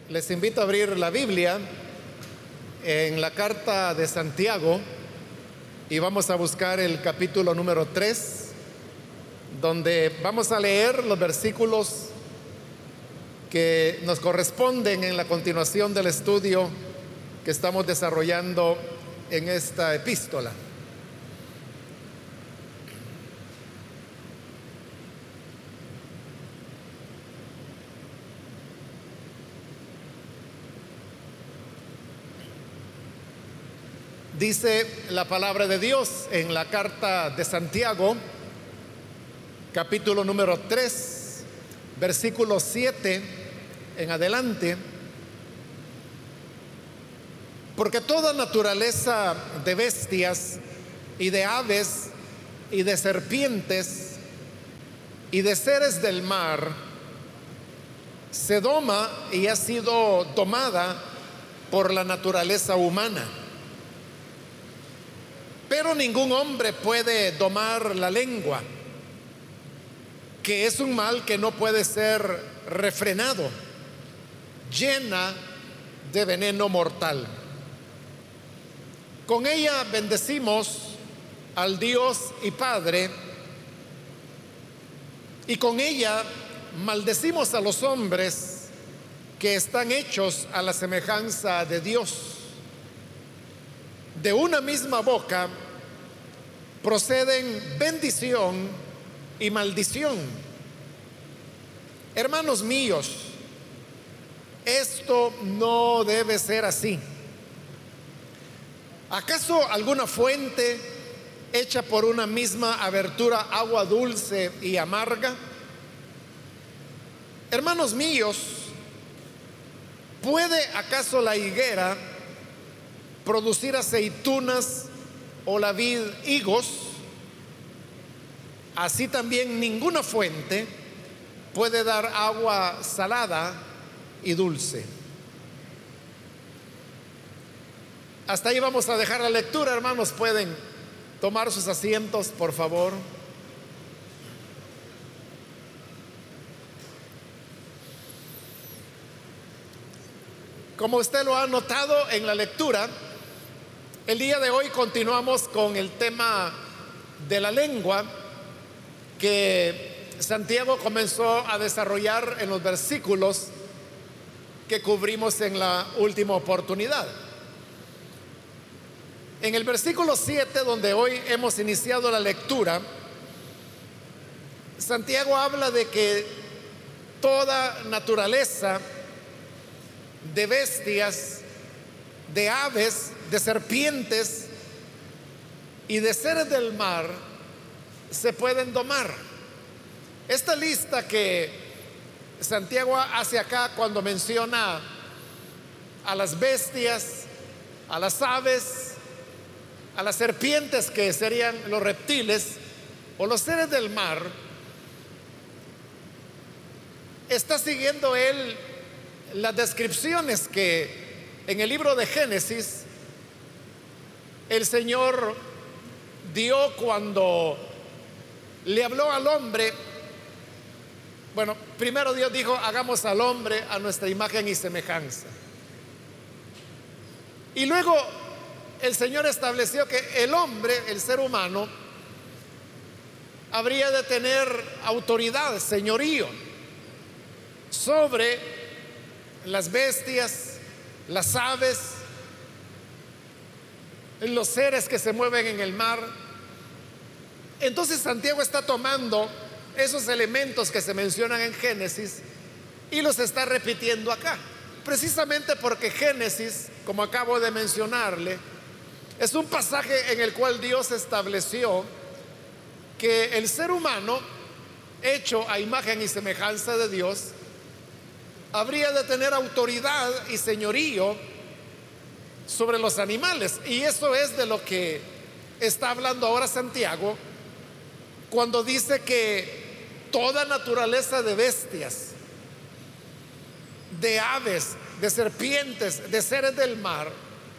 Les invito a abrir la Biblia en la carta de Santiago y vamos a buscar el capítulo número 3, donde vamos a leer los versículos que nos corresponden en la continuación del estudio que estamos desarrollando en esta epístola. Dice la palabra de Dios en la carta de Santiago, capítulo número 3, versículo 7 en adelante: porque toda naturaleza de bestias y de aves y de serpientes y de seres del mar se doma y ha sido domada por la naturaleza humana. Pero ningún hombre puede domar la lengua, que es un mal que no puede ser refrenado, llena de veneno mortal. Con ella bendecimos al Dios y Padre, y con ella maldecimos a los hombres que están hechos a la semejanza de Dios. De una misma boca proceden bendición y maldición. Hermanos míos, esto no debe ser así. ¿Acaso alguna fuente hecha por una misma abertura agua dulce y amarga? Hermanos míos, ¿puede acaso la higuera producir aceitunas o la vid higos? Así también ninguna fuente puede dar agua salada y dulce. Hasta ahí vamos a dejar la lectura, hermanos. Pueden tomar sus asientos, por favor. Como usted lo ha notado en la lectura, el día de hoy continuamos con el tema de la lengua que Santiago comenzó a desarrollar en los versículos que cubrimos en la última oportunidad. En el versículo 7, donde hoy hemos iniciado la lectura, Santiago habla de que toda naturaleza de bestias, de aves, de serpientes y de seres del mar se pueden domar. Esta lista que Santiago hace acá cuando menciona a las bestias, a las aves, a las serpientes, que serían los reptiles, o los seres del mar, está siguiendo él las descripciones que en el libro de Génesis el Señor dio cuando le habló al hombre. Bueno, primero Dios dijo: hagamos al hombre a nuestra imagen y semejanza. Y luego el Señor estableció que el hombre, el ser humano, habría de tener autoridad, señorío, sobre las bestias, las aves, los seres que se mueven en el mar. Entonces Santiago está tomando esos elementos que se mencionan en Génesis y los está repitiendo acá, precisamente porque Génesis, como acabo de mencionarle, es un pasaje en el cual Dios estableció que el ser humano, hecho a imagen y semejanza de Dios, habría de tener autoridad y señorío sobre los animales. Y eso es de lo que está hablando ahora Santiago cuando dice que toda naturaleza de bestias, de aves, de serpientes, de seres del mar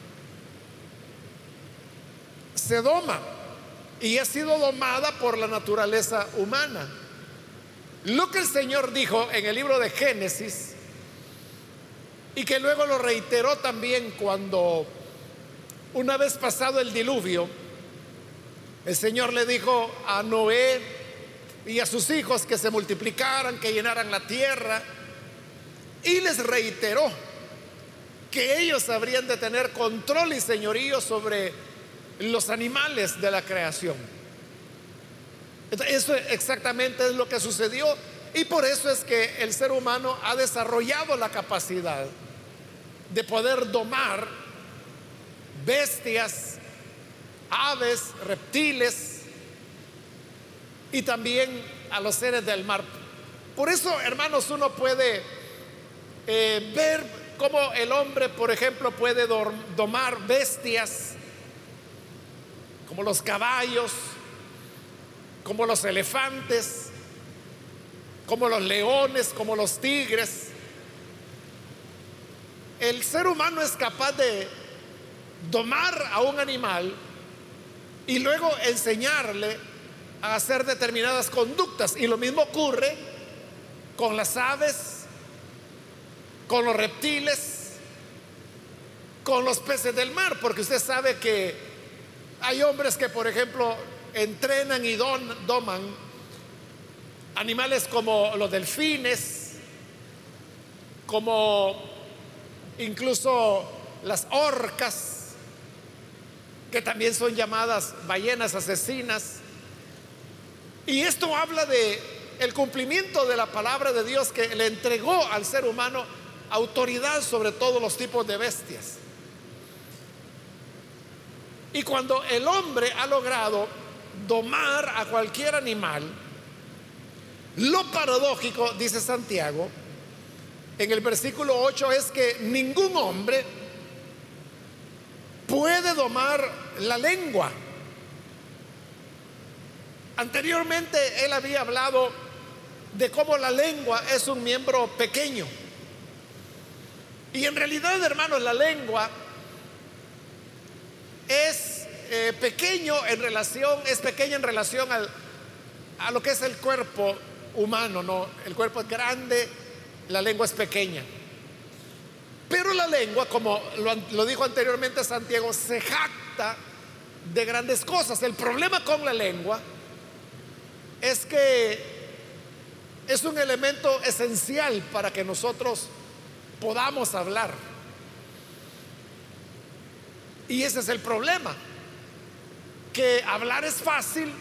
se doma y ha sido domada por la naturaleza humana. Lo que el Señor dijo en el libro de Génesis y que luego lo reiteró también cuando, una vez pasado el diluvio, el Señor le dijo a Noé y a sus hijos que se multiplicaran, que llenaran la tierra, y les reiteró que ellos habrían de tener control y señorío sobre los animales de la creación. Entonces, eso exactamente es lo que sucedió, y por eso es que el ser humano ha desarrollado la capacidad de poder domar bestias, aves, reptiles y también a los seres del mar. Por eso, hermanos, uno puede ver cómo el hombre, por ejemplo, puede domar bestias como los caballos, como los elefantes, como los leones, como los tigres. El ser humano es capaz de domar a un animal y luego enseñarle a hacer determinadas conductas. Y lo mismo ocurre con las aves, con los reptiles, con los peces del mar, porque usted sabe que hay hombres que, por ejemplo, entrenan y doman animales como los delfines, como incluso las orcas, que también son llamadas ballenas asesinas. Y esto habla de el cumplimiento de la palabra de Dios, que le entregó al ser humano autoridad sobre todos los tipos de bestias. Y cuando el hombre ha logrado domar a cualquier animal, lo paradójico, dice Santiago en el versículo 8, es que ningún hombre puede domar la lengua. Anteriormente él había hablado de cómo la lengua es un miembro pequeño. Y en realidad, hermanos, la lengua es pequeña en relación a lo que es el cuerpo humano, ¿no? El cuerpo es grande, la lengua es pequeña. Pero la lengua, como lo dijo anteriormente Santiago, se jacta de grandes cosas. El problema con la lengua es que es un elemento esencial para que nosotros podamos hablar. Y ese es el problema, que hablar es fácil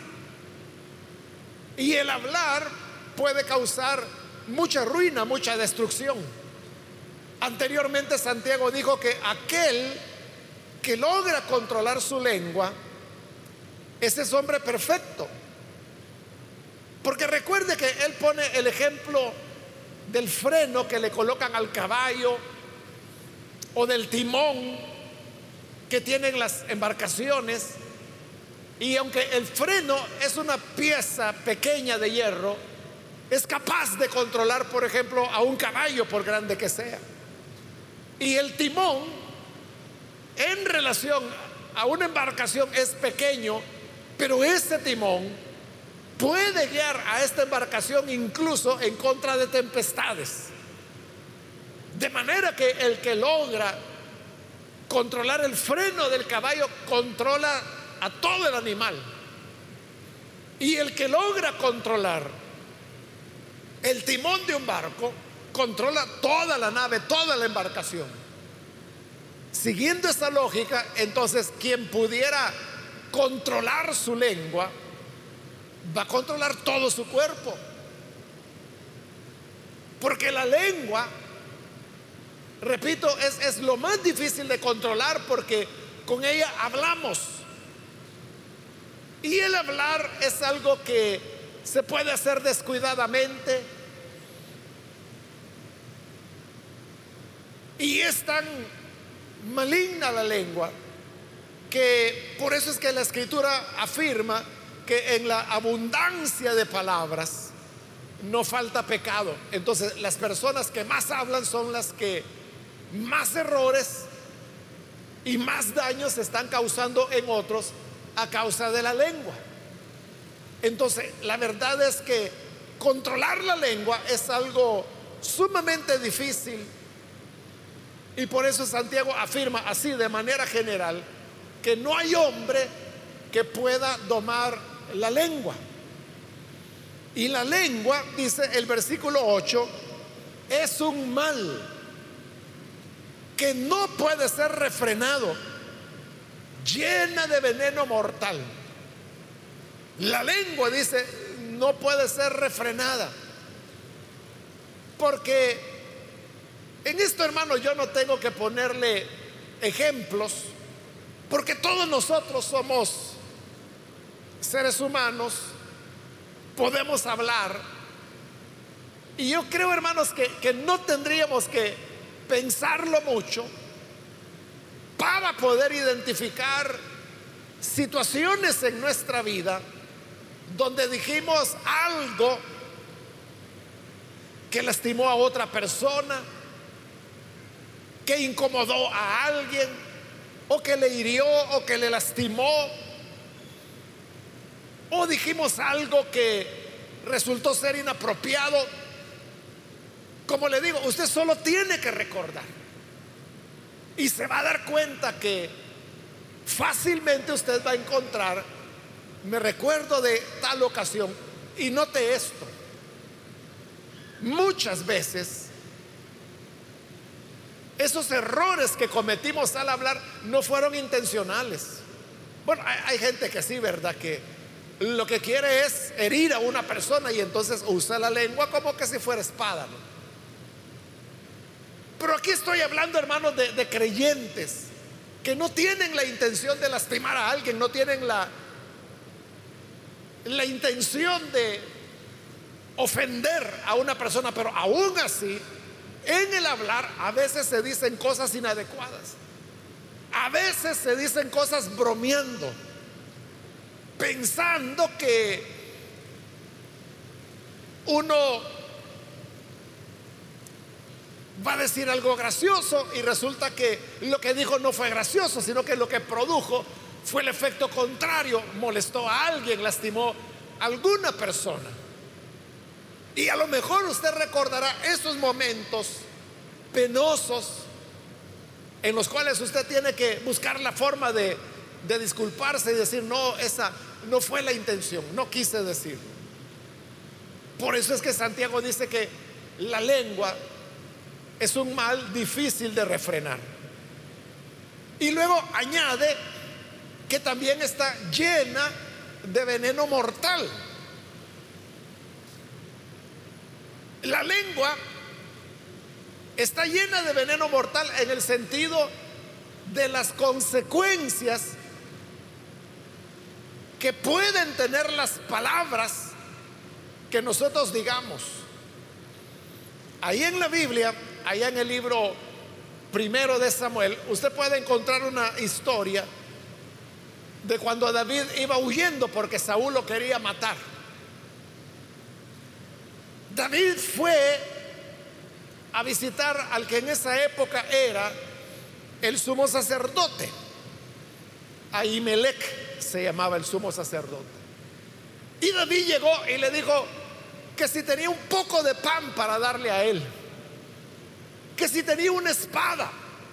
y el hablar puede causar mucha ruina, mucha destrucción. Anteriormente Santiago dijo que aquel que logra controlar su lengua, ese es hombre perfecto. Porque recuerde que él pone el ejemplo del freno que le colocan al caballo o del timón que tienen las embarcaciones. Y aunque el freno es una pieza pequeña de hierro, es capaz de controlar, por ejemplo, a un caballo, por grande que sea. Y el timón, en relación a una embarcación, es pequeño, pero ese timón puede guiar a esta embarcación incluso en contra de tempestades. De manera que el que logra controlar el freno del caballo controla a todo el animal. Y el que logra controlar el timón de un barco controla toda la nave, toda la embarcación. Siguiendo esa lógica, entonces quien pudiera controlar su lengua va a controlar todo su cuerpo, porque la lengua, repito, es lo más difícil de controlar, porque con ella hablamos, y el hablar es algo que se puede hacer descuidadamente, y es tan maligna la lengua que por eso es que la Escritura afirma que en la abundancia de palabras no falta pecado. Entonces, las personas que más hablan son las que más errores y más daños están causando en otros a causa de la lengua. Entonces, la verdad es que controlar la lengua es algo sumamente difícil Y por eso Santiago afirma así de manera general que no hay hombre que pueda domar la lengua. Y la lengua, dice el versículo 8, es un mal que no puede ser refrenado, llena de veneno mortal. La lengua, dice, no puede ser refrenada. Porque en esto, hermano, yo no tengo que ponerle ejemplos, porque todos nosotros somos seres humanos, podemos hablar. Y yo creo, hermanos, que no tendríamos que pensarlo mucho para poder identificar situaciones en nuestra vida donde dijimos algo que lastimó a otra persona, que incomodó a alguien, o que le hirió, o que le lastimó, o dijimos algo que resultó ser inapropiado. Como le digo, usted solo tiene que recordar y se va a dar cuenta que fácilmente usted va a encontrar: me recuerdo de tal ocasión. Y note esto: muchas veces esos errores que cometimos al hablar no fueron intencionales. Bueno, hay gente que sí, ¿verdad?, que lo que quiere es herir a una persona y entonces usa la lengua como que si fuera espada, ¿no? Pero aquí estoy hablando, hermanos, de creyentes que no tienen la intención de lastimar a alguien, no tienen la intención de ofender a una persona, pero aún así, en el hablar, a veces se dicen cosas inadecuadas, a veces se dicen cosas bromeando, pensando que uno va a decir algo gracioso y resulta que lo que dijo no fue gracioso, sino que lo que produjo fue el efecto contrario: molestó a alguien, lastimó a alguna persona. Y a lo mejor usted recordará esos momentos penosos en los cuales usted tiene que buscar la forma de disculparse y decir: no, esa no fue la intención, no quise decirlo. Por eso es que Santiago dice que la lengua es un mal difícil de refrenar. Y luego añade que también está llena de veneno mortal. La lengua está llena de veneno mortal en el sentido de las consecuencias que pueden tener las palabras que nosotros digamos. Ahí en la Biblia, allá en el libro primero de Samuel, usted puede encontrar una historia de cuando David iba huyendo porque Saúl lo quería matar. David fue a visitar al que en esa época era el sumo sacerdote. Ahimelech se llamaba el sumo sacerdote. Y David llegó y le dijo que si tenía un poco de pan para darle a él, que si tenía una espada.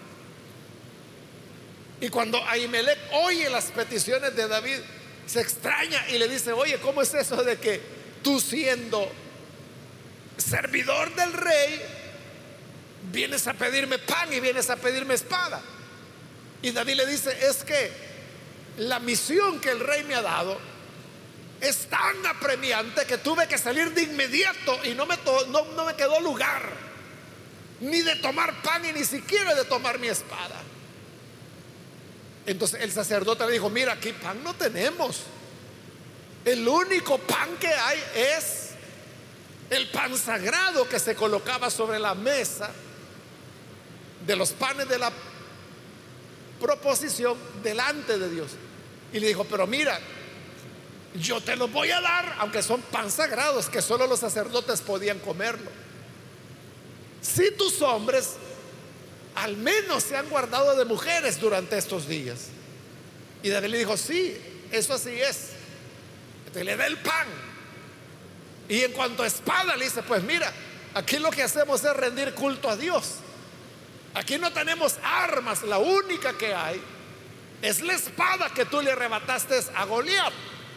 Y cuando Ahimelech oye las peticiones de David, se extraña y le dice: oye, ¿cómo es eso de que tú, siendo servidor del rey, vienes a pedirme pan y vienes a pedirme espada? Y David le dice: es que la misión que el rey me ha dado es tan apremiante que tuve que salir de inmediato y no me quedó lugar ni de tomar pan y ni siquiera de tomar mi espada. Entonces el sacerdote le dijo: mira, aquí pan no tenemos, el único pan que hay es el pan sagrado que se colocaba sobre la mesa de los panes de la proposición delante de Dios. Y le dijo: pero mira, yo te los voy a dar, aunque son pan sagrados que solo los sacerdotes podían comerlo, si tus hombres al menos se han guardado de mujeres durante estos días. Y David le dijo: sí, eso así es. Entonces le da el pan. Y en cuanto a espada, le dice: pues mira, aquí lo que hacemos es rendir culto a Dios. Aquí no tenemos armas, la única que hay es la espada que tú le arrebataste a Goliat,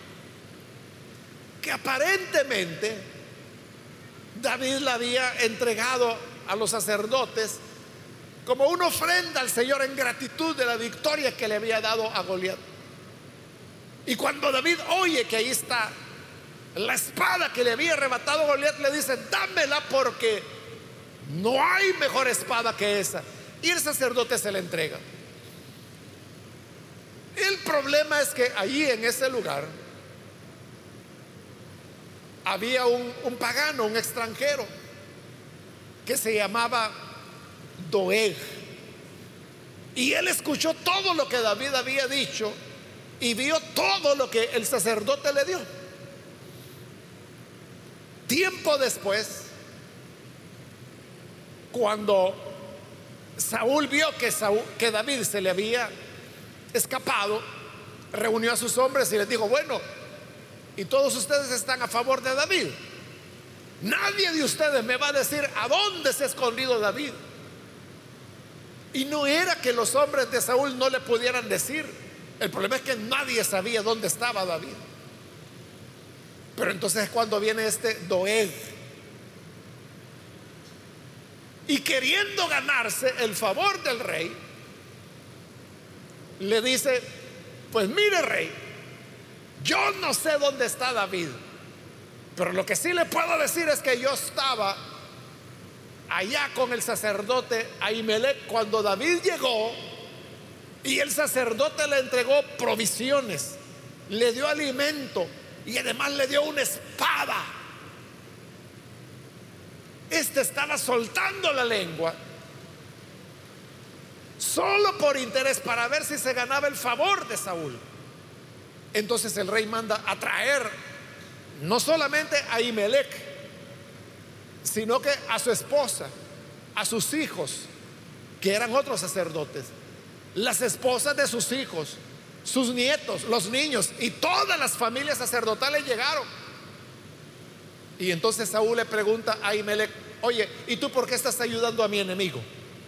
que aparentemente David la había entregado a los sacerdotes como una ofrenda al Señor en gratitud de la victoria que le había dado a Goliat. Y cuando David oye que ahí está la espada que le había arrebatado Goliat, le dice: dámela, porque no hay mejor espada que esa. Y el sacerdote se la entrega. El problema es que allí en ese lugar había un pagano, un extranjero, que se llamaba Doeg. Y él escuchó todo lo que David había dicho y vio todo lo que el sacerdote le dio. Tiempo después, cuando Saúl vio que David se le había escapado, reunió a sus hombres y les dijo: bueno, y todos ustedes están a favor de David. Nadie de ustedes me va a decir a dónde se ha escondido David. Y no era que los hombres de Saúl no le pudieran decir. El problema es que nadie sabía dónde estaba David. Pero entonces es cuando viene este Doeg, y queriendo ganarse el favor del rey, le dice: pues mire, rey, yo no sé dónde está David, pero lo que sí le puedo decir es que yo estaba allá con el sacerdote Ahimelech cuando David llegó, y el sacerdote le entregó provisiones, le dio alimento y además le dio una espada. Este estaba soltando la lengua solo por interés, para ver si se ganaba el favor de Saúl. Entonces el rey manda a traer no solamente a Ahimelech, sino que a su esposa, a sus hijos, que eran otros sacerdotes, las esposas de sus hijos, sus nietos, los niños y todas las familias sacerdotales llegaron. Y entonces Saúl le pregunta a Ahimelech: oye, ¿y tú por qué estás ayudando a mi enemigo?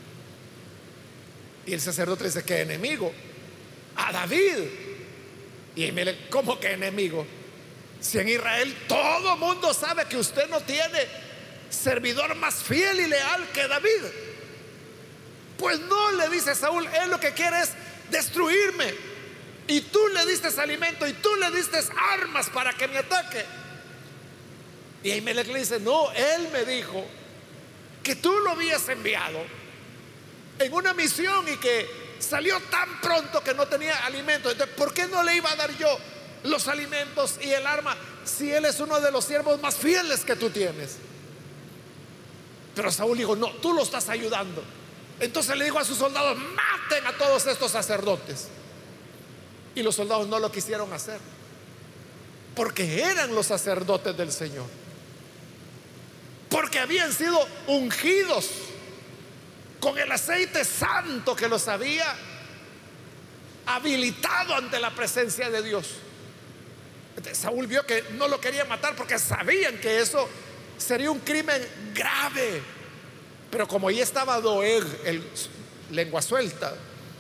Y el sacerdote le dice: ¿qué enemigo? A David. Y Ahimelech: ¿cómo que enemigo? Si en Israel todo mundo sabe que usted no tiene servidor más fiel y leal que David. Pues no, le dice Saúl, él lo que quiere es destruirme, y tú le diste alimento y tú le diste armas para que me ataque. Y Ahimelech le dice: no, él me dijo que tú lo habías enviado en una misión y que salió tan pronto que no tenía alimento. Entonces, ¿por qué no le iba a dar yo los alimentos y el arma si él es uno de los siervos más fieles que tú tienes? Pero Saúl dijo: no, tú lo estás ayudando. Entonces le dijo a sus soldados: maten a todos estos sacerdotes. Y los soldados no lo quisieron hacer, porque eran los sacerdotes del Señor, porque habían sido ungidos con el aceite santo que los había habilitado ante la presencia de Dios. Entonces, Saúl vio que no lo quería matar porque sabían que eso sería un crimen grave. Pero como ya estaba Doeg, el lengua suelta,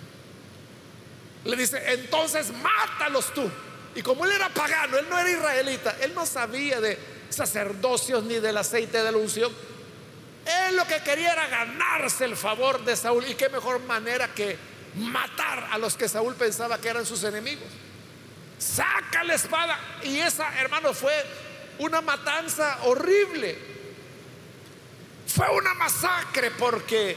le dice: entonces mátalos tú. Y como él era pagano, él no era israelita, él no sabía de sacerdocios ni del aceite de la unción. Él lo que quería era ganarse el favor de Saúl. Y qué mejor manera que matar a los que Saúl pensaba que eran sus enemigos. Saca la espada. Y esa, hermano, fue una matanza horrible. Fue una masacre, porque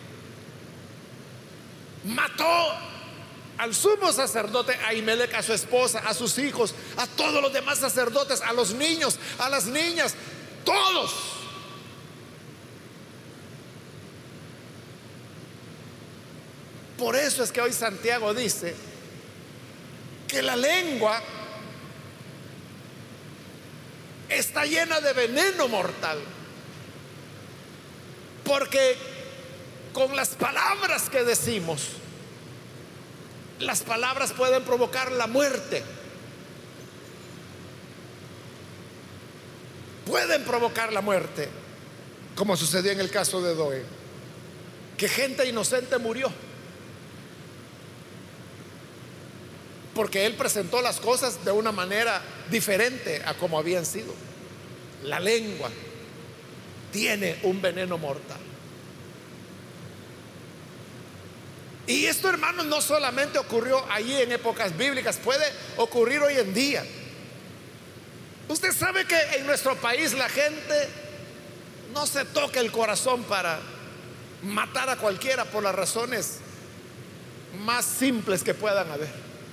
mató al sumo sacerdote Ahimelech, a su esposa, a sus hijos, a todos los demás sacerdotes, a los niños, a las niñas, todos. Por eso es que hoy Santiago dice que la lengua está llena de veneno mortal, porque con las palabras que decimos, las palabras pueden provocar la muerte, pueden provocar la muerte, como sucedió en el caso de Doeg. que gente inocente murió, porque él presentó las cosas de una manera diferente a como habían sido. La lengua tiene un veneno mortal. Y esto, hermanos, no solamente ocurrió allí en épocas bíblicas, puede ocurrir hoy en día. Usted sabe que en nuestro país la gente no se toca el corazón para matar a cualquiera por las razones más simples que puedan haber.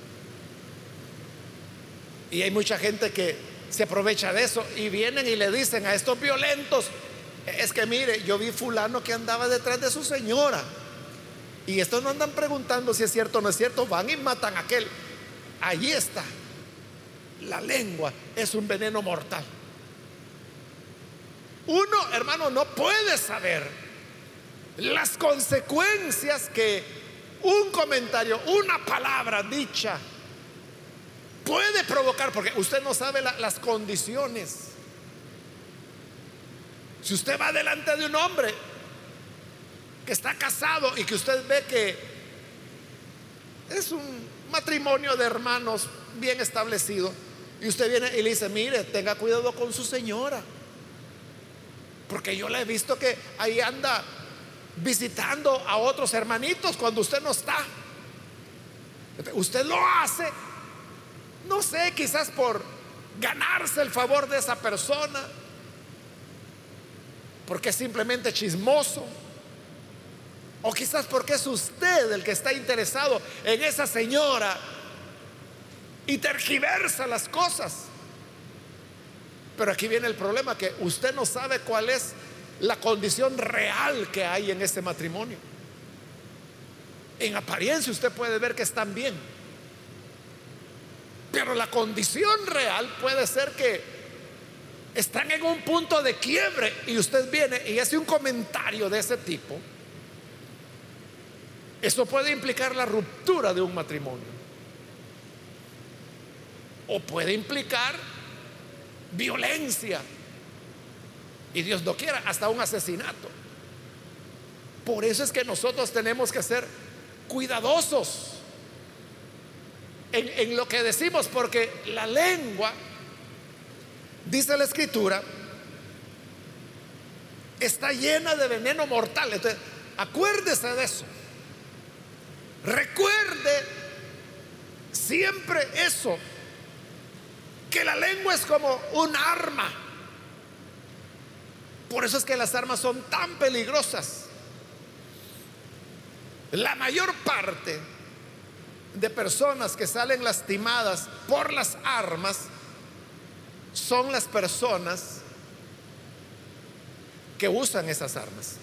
Y hay mucha gente que se aprovecha de eso y vienen y le dicen a estos violentos: es que mire, yo vi fulano que andaba detrás de su señora. Y estos no andan preguntando si es cierto o no es cierto, van y matan a aquel. Allí está. La lengua es un veneno mortal. Uno, hermano, no puede saber las consecuencias que un comentario, una palabra dicha puede provocar, porque usted no sabe las condiciones. Si usted va delante de un hombre que está casado y que usted ve que es un matrimonio de hermanos bien establecido, y usted viene y le dice: mire, tenga cuidado con su señora, porque yo la he visto que ahí anda visitando a otros hermanitos cuando usted no está. Usted lo hace, no sé, quizás por ganarse el favor de esa persona, porque es simplemente chismoso, o quizás porque es usted el que está interesado en esa señora y tergiversa las cosas. Pero aquí viene el problema, que usted no sabe cuál es la condición real que hay en ese matrimonio. En apariencia usted puede ver que están bien, pero la condición real puede ser que están en un punto de quiebre, y usted viene y hace un comentario de ese tipo. Eso puede implicar la ruptura de un matrimonio, o puede implicar violencia, y Dios no quiera, hasta un asesinato. Por eso es que nosotros tenemos que ser cuidadosos en lo que decimos, porque la lengua, dice la Escritura, está llena de veneno mortal. Entonces, acuérdese de eso. Recuerde siempre eso, que la lengua es como un arma. Por eso es que las armas son tan peligrosas. La mayor parte de personas que salen lastimadas por las armas son las personas que usan esas armas.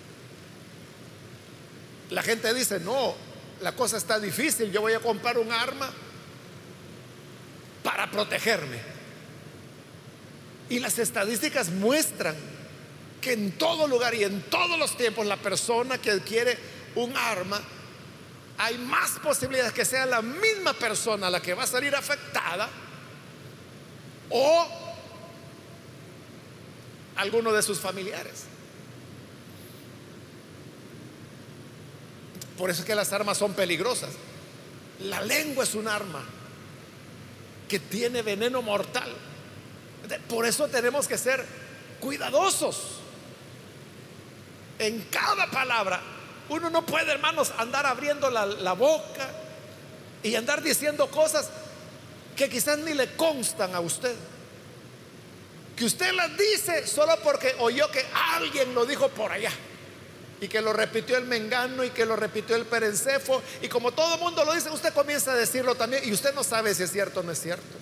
La gente dice: no, la cosa está difícil, yo voy a comprar un arma para protegerme. Y las estadísticas muestran que en todo lugar y en todos los tiempos, la persona que adquiere un arma, hay más posibilidades que sea la misma persona la que va a salir afectada, o alguno de sus familiares. Por eso es que las armas son peligrosas. La lengua es un arma que tiene veneno mortal. Por eso tenemos que ser cuidadosos en cada palabra. Uno no puede, hermanos, andar abriendo la boca y andar diciendo cosas que quizás ni le constan a usted, que usted las dice solo porque oyó que alguien lo dijo por allá, y que lo repitió el mengano, y que lo repitió el perencefo, y como todo el mundo lo dice, usted comienza a decirlo también, y usted no sabe si es cierto o no es cierto.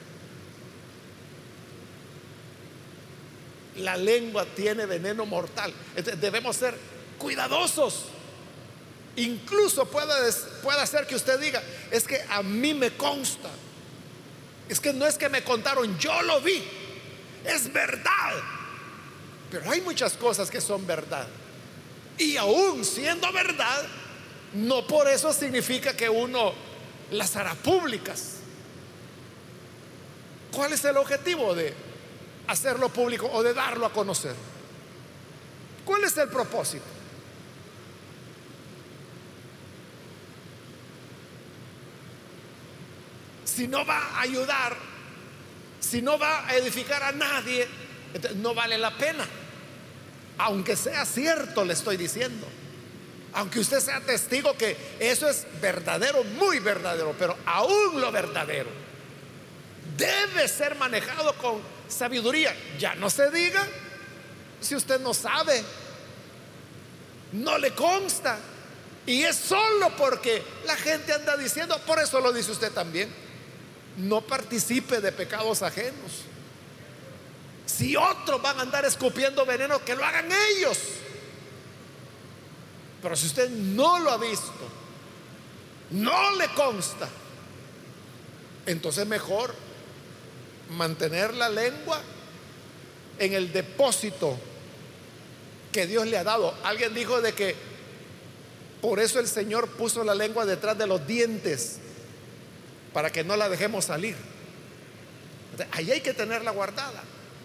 La lengua tiene veneno mortal. Entonces, debemos ser cuidadosos. Incluso puede ser que usted diga: es que a mí me consta, es que no es que me contaron, yo lo vi, es verdad. Pero hay muchas cosas que son verdad, y aún siendo verdad, no por eso significa que uno las hará públicas. ¿Cuál es el objetivo de hacerlo público o de darlo a conocer? ¿Cuál es el propósito? si no va a ayudar, si no va a edificar a nadie, entonces no vale la pena. Aunque sea cierto, le estoy diciendo, aunque usted sea testigo que eso es verdadero, muy verdadero, pero aún lo verdadero debe ser manejado con sabiduría. Ya no se diga si usted no sabe, no le consta, y es solo porque la gente anda diciendo. Por eso lo dice usted también: no participe de pecados ajenos. Si otros van a andar escupiendo veneno, que lo hagan ellos. Pero si usted no lo ha visto, no le consta, entonces mejor mantener la lengua en el depósito que Dios le ha dado. Alguien dijo de que por eso el Señor puso la lengua detrás de los dientes, para que no la dejemos salir. Entonces, ahí hay que tenerla guardada.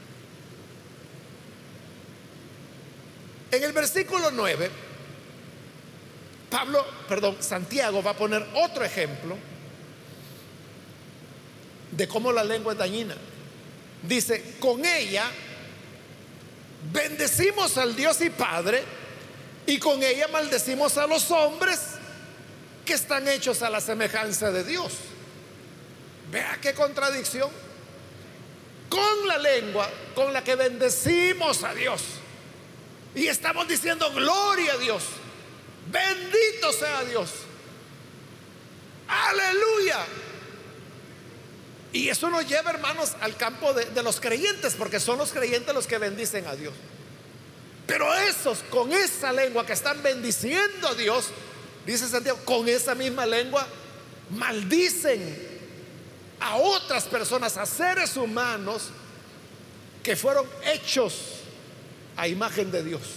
En el versículo 9, Santiago va a poner otro ejemplo de cómo la lengua es dañina. Dice: con ella bendecimos al Dios y Padre, y con ella maldecimos a los hombres que están hechos a la semejanza de Dios. Vea qué contradicción. Con la lengua con la que bendecimos a Dios, y estamos diciendo gloria a Dios, bendito sea Dios, aleluya. Y eso nos lleva, hermanos, al campo de los creyentes, porque son los creyentes los que bendicen a Dios. Pero esos, con esa lengua que están bendiciendo a Dios, dice Santiago, con esa misma lengua maldicen a otras personas, a seres humanos que fueron hechos a imagen de Dios.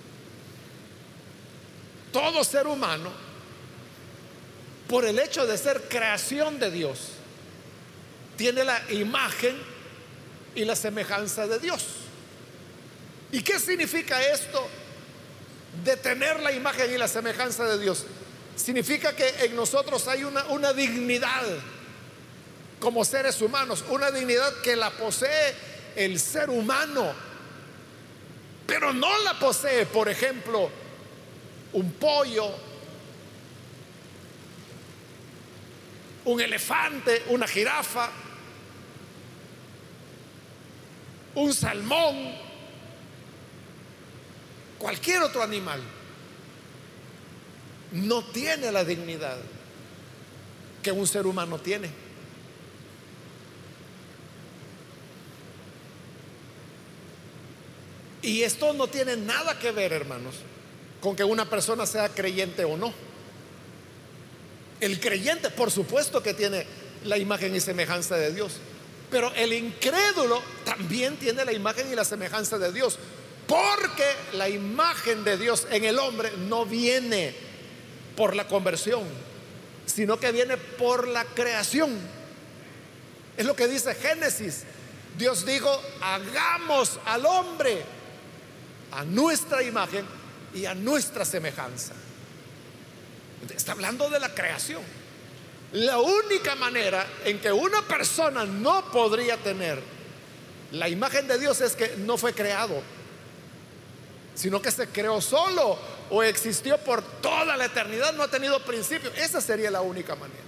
Todo ser humano, por el hecho de ser creación de Dios, tiene la imagen y la semejanza de Dios. ¿Y qué significa esto de tener la imagen y la semejanza de Dios? Significa que en nosotros hay una dignidad como seres humanos, una dignidad que la posee el ser humano, pero no la posee, por ejemplo, un pollo, un elefante, una jirafa, un salmón, cualquier otro animal. No tiene la dignidad que un ser humano tiene. Y esto no tiene nada que ver, hermanos, con que una persona sea creyente o no. El creyente, por supuesto que tiene la imagen y semejanza de Dios, pero el incrédulo también tiene la imagen y la semejanza de Dios, porque la imagen de Dios en el hombre no viene por la conversión, sino que viene por la creación. Es lo que dice Génesis. Dios dijo: hagamos al hombre a nuestra imagen y a nuestra semejanza. Está hablando de la creación. La única manera en que una persona no podría tener la imagen de Dios es que no fue creado, sino que se creó solo o existió por toda la eternidad, no ha tenido principio. Esa sería la única manera.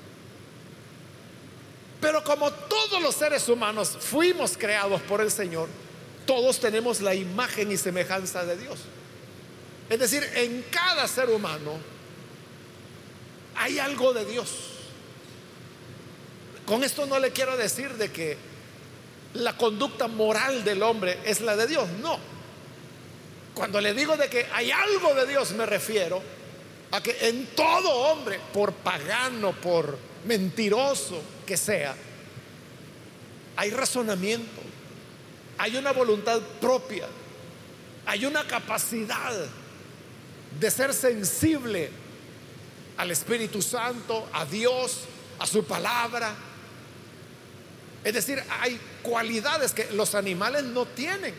Pero como todos los seres humanos fuimos creados por el Señor, todos tenemos la imagen y semejanza de Dios. Es decir, en cada ser humano hay algo de Dios. Con esto no le quiero decir de que la conducta moral del hombre es la de Dios, no. Cuando le digo de que hay algo de Dios, me refiero a que en todo hombre, por pagano, por mentiroso que sea, hay razonamiento, hay una voluntad propia, hay una capacidad de ser sensible al Espíritu Santo, a Dios, a su palabra. Es decir, hay cualidades que los animales no tienen,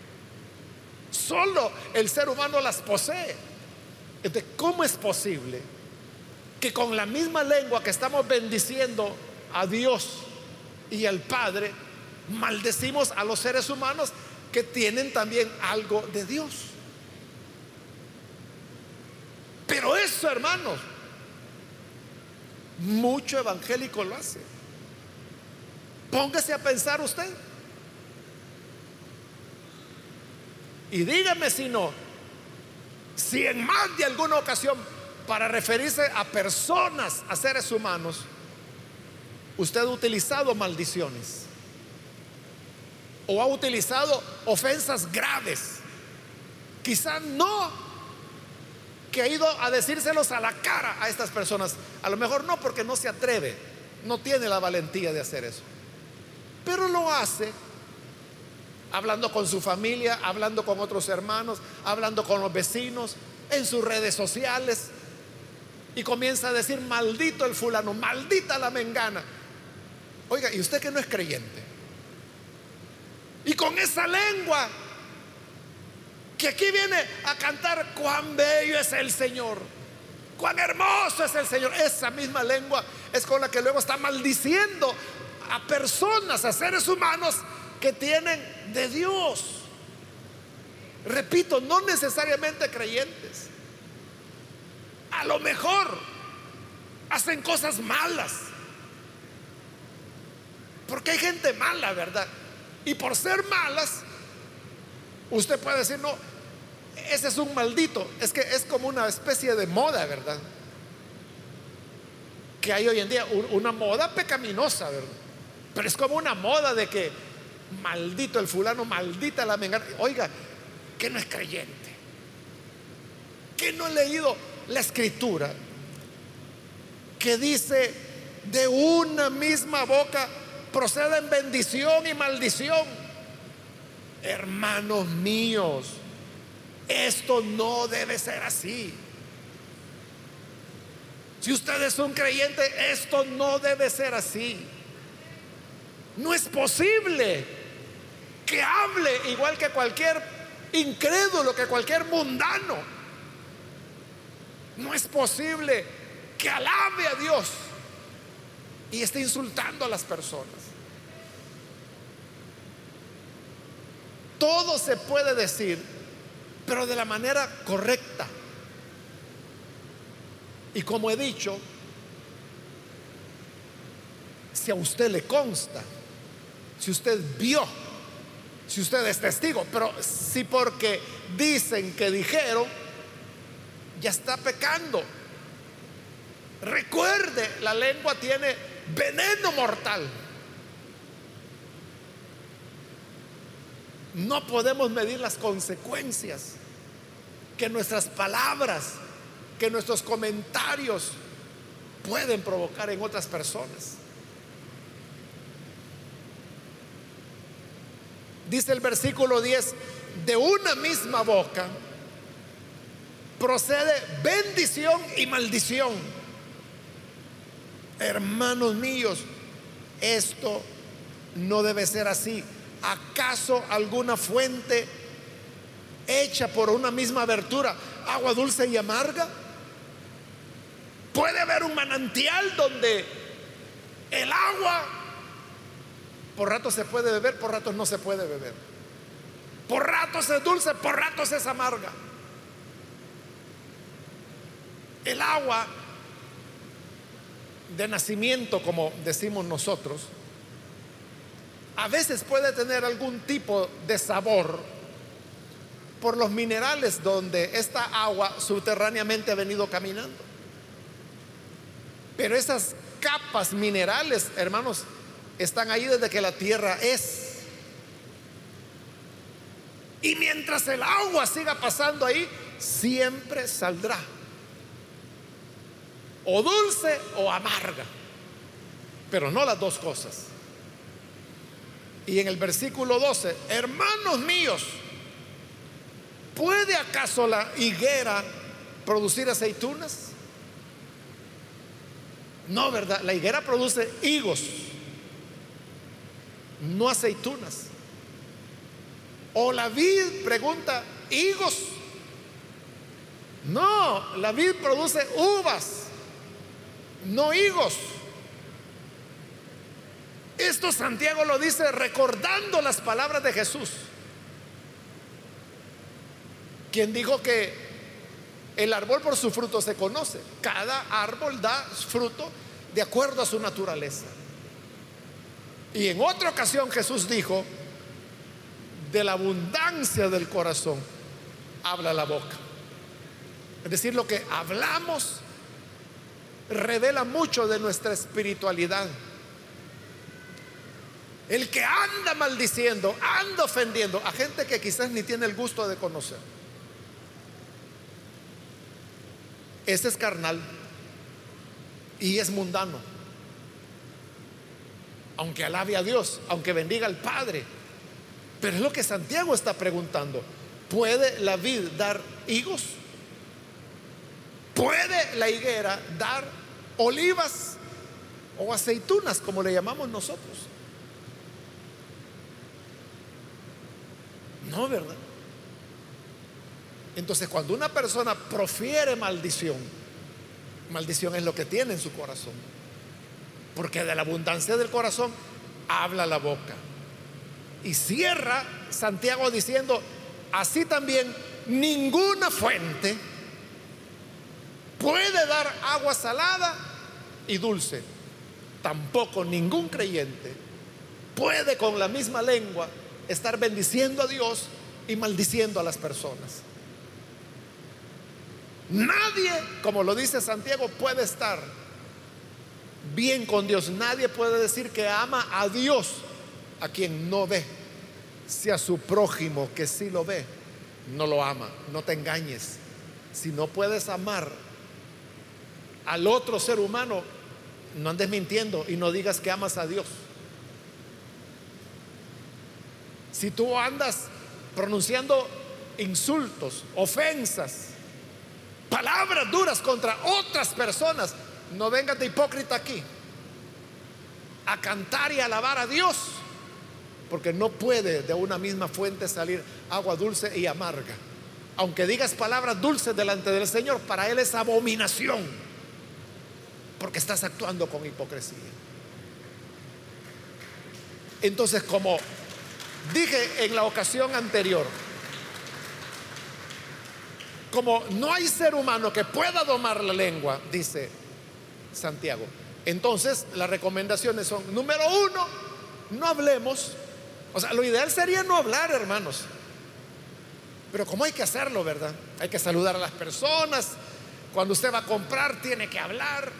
solo el ser humano las posee. Entonces, ¿cómo es posible que con la misma lengua que estamos bendiciendo a Dios y al Padre, maldecimos a los seres humanos que tienen también algo de Dios. Pero eso, hermanos, mucho evangélico lo hace. Póngase a pensar usted y dígame si no, si en más de alguna ocasión, para referirse a personas, a seres humanos, usted ha utilizado maldiciones o ha utilizado ofensas graves. Quizá no que ha ido a decírselos a la cara a estas personas. A lo mejor no, porque no se atreve, no tiene la valentía de hacer eso, pero lo hace hablando con su familia, hablando con otros hermanos, hablando con los vecinos, en sus redes sociales, y comienza a decir: maldito el fulano, maldita la mengana. Oiga, y usted que no es creyente, y con esa lengua que aquí viene a cantar cuán bello es el Señor, cuán hermoso es el Señor, esa misma lengua es con la que luego está maldiciendo a personas, a seres humanos que tienen de Dios. Repito, no necesariamente creyentes. A lo mejor hacen cosas malas, porque hay gente mala, ¿verdad? Y por ser malas, usted puede decir: no, ese es un maldito. Es que es como una especie de moda, ¿verdad? Que hay hoy en día una moda pecaminosa, ¿verdad? Pero es como una moda de que maldito el fulano, maldita la mengana. Oiga, que no es creyente, que no ha leído la escritura, que dice: de una misma boca proceden bendición y maldición. Hermanos míos, esto no debe ser así. Si usted es un creyente, esto no debe ser así. No es posible que hable igual que cualquier incrédulo, que cualquier mundano. No es posible que alabe a Dios y esté insultando a las personas. Todo se puede decir, pero de la manera correcta. Y como he dicho, si a usted le consta, si usted vio, si usted es testigo, pero si porque dicen que dijeron, ya está pecando. Recuerde, la lengua tiene veneno mortal. No podemos medir las consecuencias que nuestras palabras, que nuestros comentarios pueden provocar en otras personas. Dice el versículo 10: de una misma boca procede bendición y maldición. Hermanos míos, esto no debe ser así. ¿Acaso alguna fuente hecha por una misma abertura, agua dulce y amarga? Puede haber un manantial donde el agua por ratos se puede beber, por ratos no se puede beber, por ratos es dulce, por ratos es amarga. El agua de nacimiento, como decimos nosotros, a veces puede tener algún tipo de sabor por los minerales donde esta agua subterráneamente ha venido caminando. Pero esas capas minerales, hermanos, están ahí desde que la tierra es. Y mientras el agua siga pasando ahí, siempre saldrá o dulce o amarga, pero no las dos cosas. Y en el versículo 12: hermanos míos, ¿puede acaso la higuera producir aceitunas? No, ¿verdad? La higuera produce higos, no aceitunas. O la vid, pregunta, higos. No, la vid produce uvas, no higos. Esto Santiago lo dice recordando las palabras de Jesús, quien dijo que el árbol por su fruto se conoce. Cada árbol da fruto de acuerdo a su naturaleza. Y en otra ocasión Jesús dijo: de la abundancia del corazón habla la boca. Es decir, lo que hablamos revela mucho de nuestra espiritualidad. El que anda maldiciendo, anda ofendiendo a gente que quizás ni tiene el gusto de conocer, ese es carnal y es mundano. Aunque alabe a Dios, aunque bendiga al Padre. Pero es lo que Santiago está preguntando: ¿puede la vid dar higos? ¿Puede la higuera dar olivas o aceitunas, como le llamamos nosotros? No, ¿verdad? Entonces, cuando una persona profiere maldición, maldición es lo que tiene en su corazón, porque de la abundancia del corazón habla la boca. Y cierra Santiago diciendo: así también ninguna fuente puede dar agua salada y dulce. Tampoco ningún creyente puede con la misma lengua estar bendiciendo a Dios y maldiciendo a las personas. Nadie, como lo dice Santiago, puede estar bien con Dios. Nadie puede decir que ama a Dios a quien no ve. Si a su prójimo, que sí lo ve, no lo ama. No te engañes. Si no puedes amar al otro ser humano, no andes mintiendo y no digas que amas a Dios. Si tú andas pronunciando insultos, ofensas, palabras duras contra otras personas, no vengas de hipócrita aquí a cantar y alabar a Dios, porque no puede de una misma fuente salir agua dulce y amarga. Aunque digas palabras dulces delante del Señor, para Él es abominación, porque estás actuando con hipocresía. Entonces, como dije en la ocasión anterior, como no hay ser humano que pueda domar la lengua, dice Santiago, entonces las recomendaciones son: número uno, no hablemos. O sea, lo ideal sería no hablar, hermanos, pero como hay que hacerlo, ¿verdad? Hay que saludar a las personas. Cuando usted va a comprar, tiene que hablar.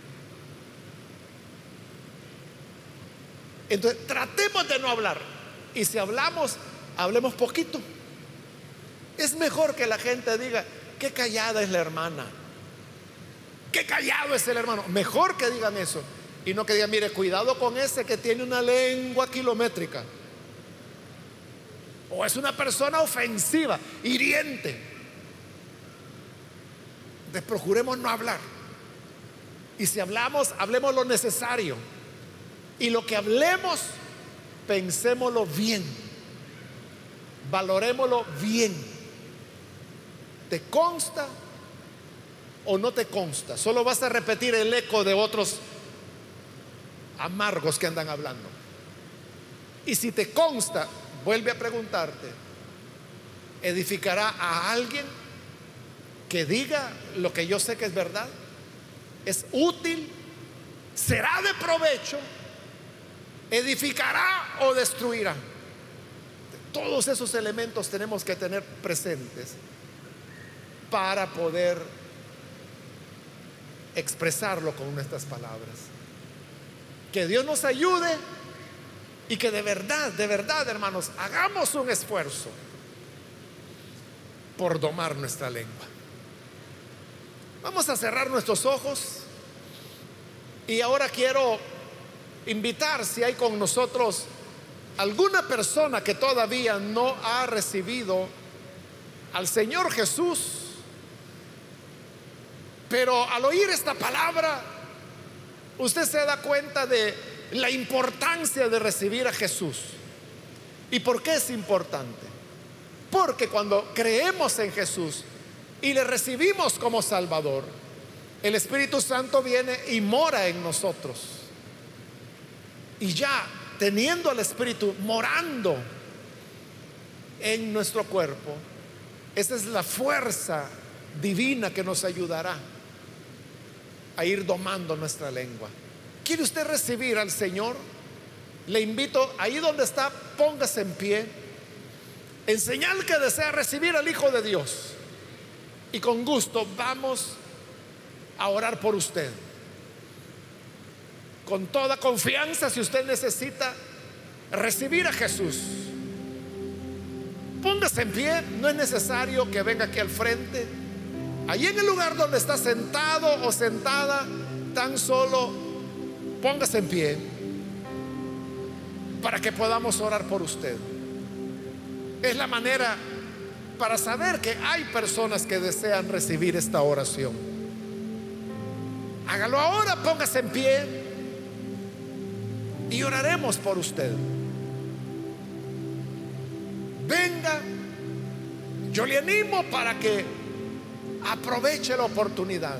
Entonces, tratemos de no hablar. Y si hablamos, hablemos poquito. Es mejor que la gente diga: qué callada es la hermana, qué callado es el hermano. Mejor que digan eso y no que digan: mire, cuidado con ese que tiene una lengua kilométrica, o es una persona ofensiva, hiriente. Entonces, procuremos no hablar. Y si hablamos, hablemos lo necesario. Y lo que hablemos, pensémoslo bien, valorémoslo bien. ¿Te consta o no te consta? Solo vas a repetir el eco de otros amargos que andan hablando. Y si te consta, vuelve a preguntarte: ¿edificará a alguien que diga lo que yo sé que es verdad? ¿Es útil? ¿Será de provecho? ¿Edificará o destruirá? Todos esos elementos tenemos que tener presentes para poder expresarlo con nuestras palabras. Que Dios nos ayude y que de verdad, hermanos, hagamos un esfuerzo por domar nuestra lengua. Vamos a cerrar nuestros ojos y ahora quiero invitar, si hay con nosotros alguna persona que todavía no ha recibido al Señor Jesús, pero al oír esta palabra usted se da cuenta de la importancia de recibir a Jesús. ¿Y por qué es importante? Porque cuando creemos en Jesús y le recibimos como Salvador, el Espíritu Santo viene y mora en nosotros. Y ya teniendo al Espíritu morando en nuestro cuerpo, esa es la fuerza divina que nos ayudará a ir domando nuestra lengua. ¿Quiere usted recibir al Señor? Le invito, ahí donde está, póngase en pie, en señal que desea recibir al Hijo de Dios, y con gusto vamos a orar por usted. Con toda confianza, si usted necesita recibir a Jesús, póngase en pie. No es necesario que venga aquí al frente. Allí en el lugar donde está sentado o sentada, tan solo póngase en pie para que podamos orar por usted. Es la manera para saber que hay personas que desean recibir esta oración. Hágalo ahora, póngase en pie y oraremos por usted. Venga, yo le animo para que aproveche la oportunidad.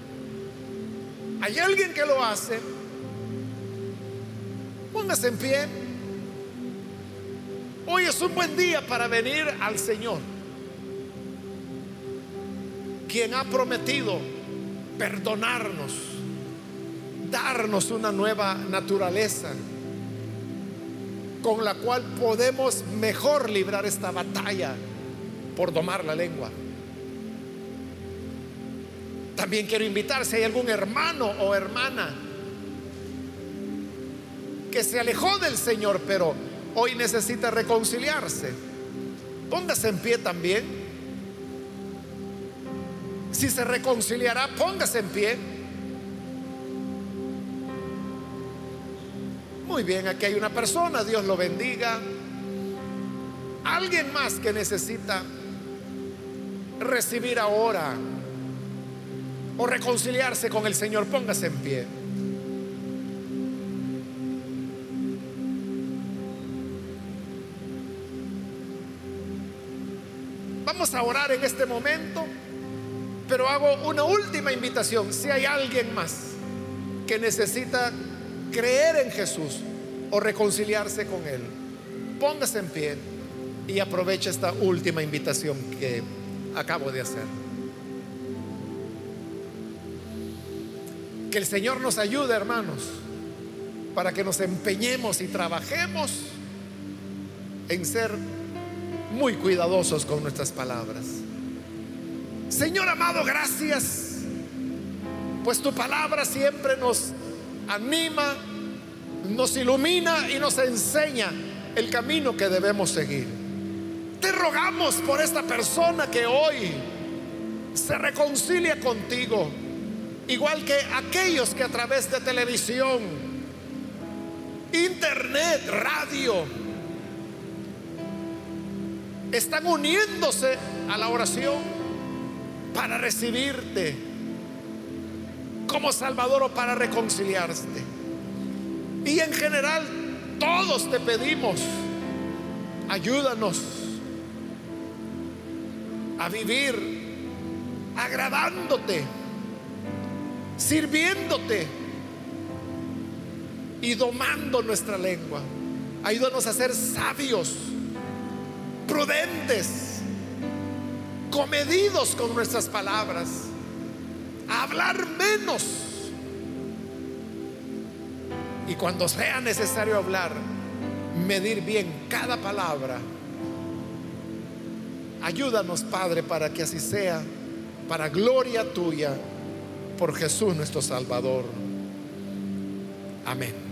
¿Hay alguien que lo hace? Póngase en pie. Hoy es un buen día para venir al Señor, quien ha prometido perdonarnos, darnos una nueva naturaleza con la cual podemos mejor librar esta batalla por domar la lengua. También quiero invitar, si hay algún hermano o hermana que se alejó del Señor, pero hoy necesita reconciliarse, póngase en pie también. Si se reconciliará, póngase en pie. Muy bien, aquí hay una persona, Dios lo bendiga. Alguien más que necesita recibir ahora o reconciliarse con el Señor, póngase en pie. Vamos a orar en este momento, pero hago una última invitación. Si hay alguien más que necesita creer en Jesús o reconciliarse con Él, póngase en pie y aproveche esta última invitación que acabo de hacer. Que el Señor nos ayude, hermanos, para que nos empeñemos y trabajemos en ser muy cuidadosos con nuestras palabras. Señor amado, gracias, pues tu palabra siempre nos anima, nos ilumina y nos enseña el camino que debemos seguir. Te rogamos por esta persona que hoy se reconcilia contigo, igual que aquellos que a través de televisión, internet, radio, están uniéndose a la oración para recibirte como Salvador o para reconciliarse. Y en general todos te pedimos, ayúdanos a vivir agradándote, sirviéndote y domando nuestra lengua. Ayúdanos a ser sabios, prudentes, comedidos con nuestras palabras, a hablar menos, y cuando sea necesario hablar, medir bien cada palabra. Ayúdanos, Padre, para que así sea, para gloria tuya, por Jesús nuestro Salvador. Amén.